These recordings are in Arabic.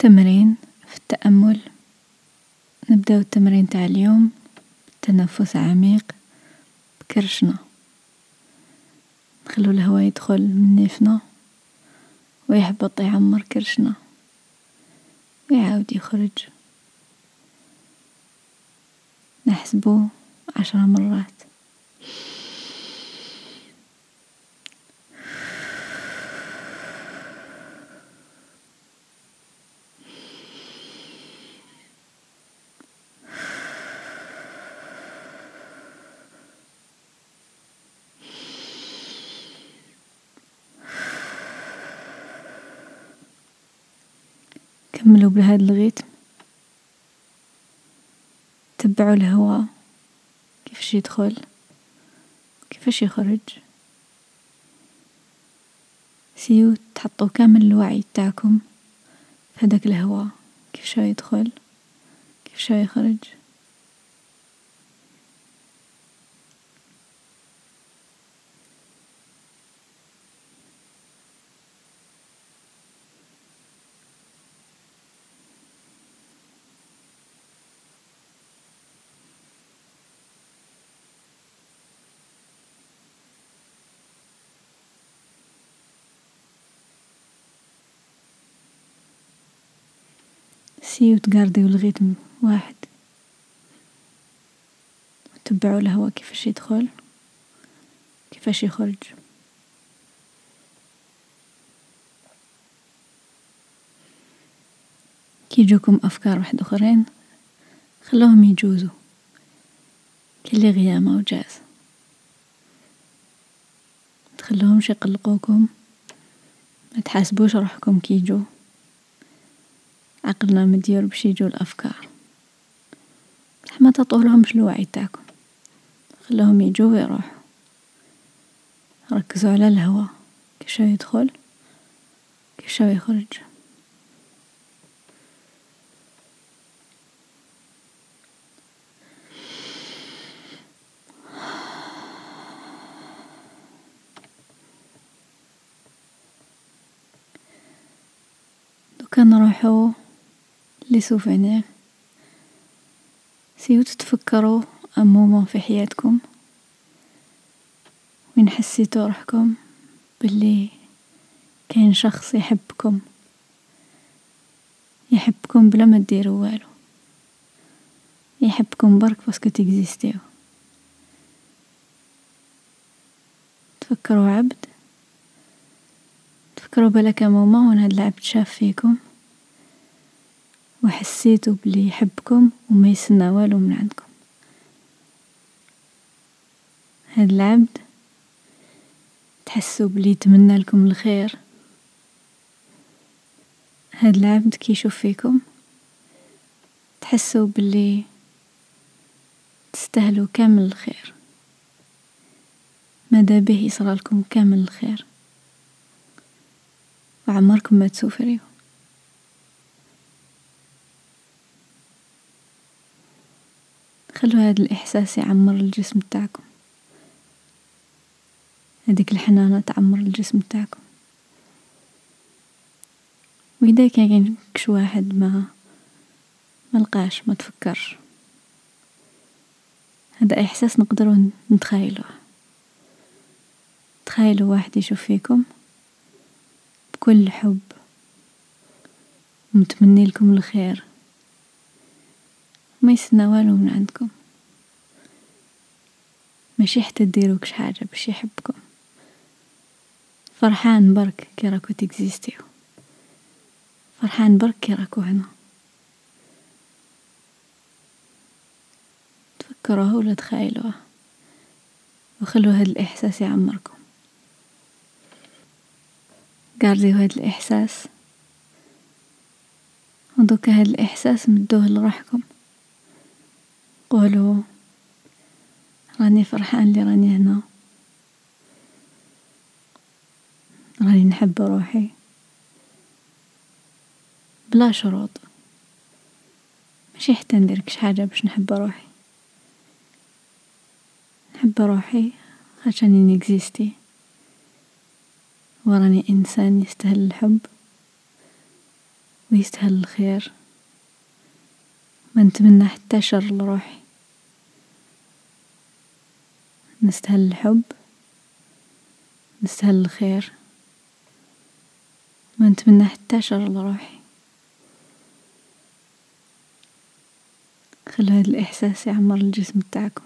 تمرين في التأمل. نبدأ التمرين تاع اليوم بتنفس عميق بكرشنا، نخلو الهواء يدخل من نيفنا ويهبط يعمر كرشنا ويعاود يخرج، نحسبه 10 مرات. كملوا بهذا الريتم، تبعوا الهواء كيفاش يدخل كيفاش يخرج، سيو تحطوا كامل الوعي تاعكم في هداك الهواء كيفاش يدخل كيفاش يخرج. سيو تقارديو الريتم واحد، وتبعوا الهواء كيفاش يدخل كيفاش يخرج. كي يجوكم أفكار واحد أخرين خلوهم يجوزوا كل غيامة وجاز، تخلوهمش يقلقوكم، ما تحاسبوش روحكم كي يجو، عقلنا مديور باش يجو الأفكار، بصح ما تطولهمش الوعي تاعكم، خلوهم يجو ويروحوا. ركزوا على الهواء كيفاش يدخل كيفاش يخرج. دوكا نروحوا لسوفينير. سيو تتفكروا مومون في حياتكم وين حسيتوا روحكم باللي كاين شخص يحبكم بلا ما ديروا والو، يحبكم برك باسكو تيكزيستيو. تفكروا عبد، تفكروا بلا مومون وين هاد العبد شاف فيكم وحسيتوا بلي يحبكم وما يسنى والو من عندكم. هاد العبد تحسوا بلي يتمنى لكم الخير. هاد العبد كي يشوف فيكم تحسوا بلي تستاهلوا كامل الخير، ماذا به يصرى لكم كامل الخير وعمركم ما تسوفريو. خلوا هذا الإحساس يعمر الجسم تاعكم، هذيك الحنانة تعمر الجسم تاعكم. وإذا كان كش واحد ما لقاش ما تفكرش، هذا إحساس نقدروا نتخيلوه. تخيلوا واحد يشوف فيكم بكل حب ومتمني لكم الخير، ما يسنى والو من عندكم، ماشي حتى ديروا كش حاجة باش يحبكم، فرحان برك كي راكو تكزيستيو، فرحان برك كي راكو هنا. تفكروه ولا تخيلوه وخلوا هذا الإحساس يعمركم. قارديو هذا الإحساس، ودوكا هذا الإحساس مدوه لروحكم. قولوا راني فرحان اللي راني هنا، راني نحب روحي بلا شروط، ماشي حتى ندير كش حاجة باش نحب روحي. نحب روحي عشان نكزيستي، وراني إنسان يستاهل الحب ويستاهل الخير، ما نتمنى حتى شر لروحي. نستاهل الحب، نستاهل الخير، ما نتمنى حتى شر لروحي. خلوا هذا الإحساس يعمر الجسم بتاعكم.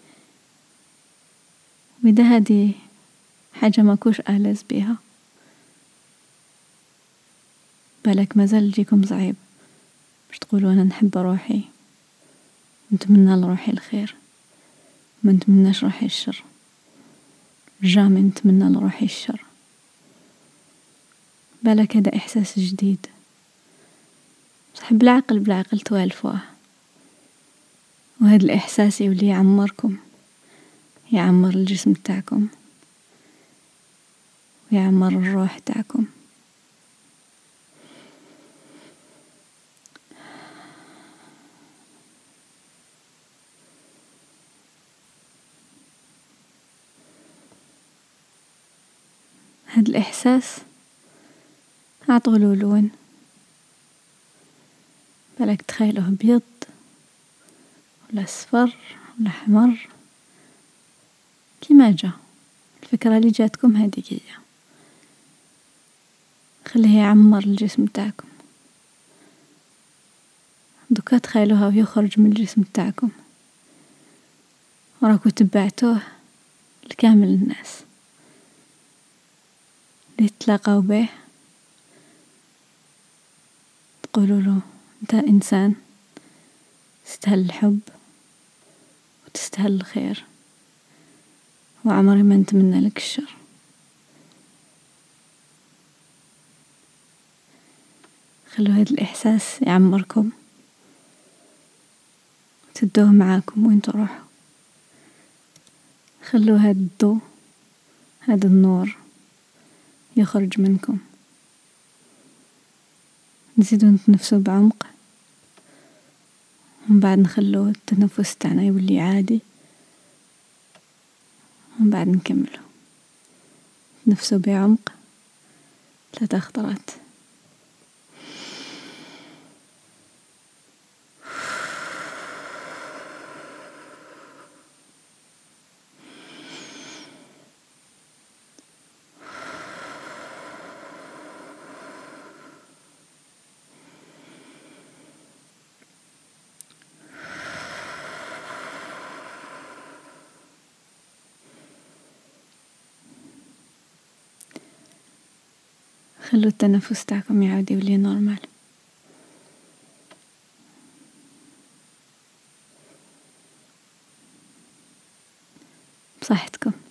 وإذا هذه حاجة ماكوش ألذ بيها، بالك مازال يجيكم صعيب باش تقولوا أنا نحب روحي، نتمنى لروحي الخير، ما نتمناش روحي الشر، جامي نتمنى لروحي الشر. بالك هذا إحساس جديد، بصح بالعقل توالفوه، وهذا الإحساس يولي يعمركم، يعمر الجسم تاعكم، ويعمر الروح تاعكم. هذا الإحساس أعطوله لون، بالك تخيلوه أبيض ولا أصفر ولا أحمر، كيما جا الفكرة اللي جاتكم هذيك هي. خليه يعمر الجسم تاعكم. دوكا تخيلوها ويخرج من الجسم تاعكم، وراكو تبعتوه لكامل الناس اللي تلاقوا به، تقولوا له أنت إنسان تستاهل الحب وتستاهل الخير، وعمري ما نتمنى لك الشر. خلوا هذا الإحساس يعمركم، تدوه معاكم وين تروحوا. خلوا هذا الضوء، هذا النور يخرج منكم. نزيدوا نتنفسوا بعمق، ومن بعد نخلوا التنفس تاعنا يولي عادي، ومن بعد نكملوا نتنفسوا بعمق 3 خطرات. خلوا التنفس تاعكم يعود يولي نورمال. بصحتكم.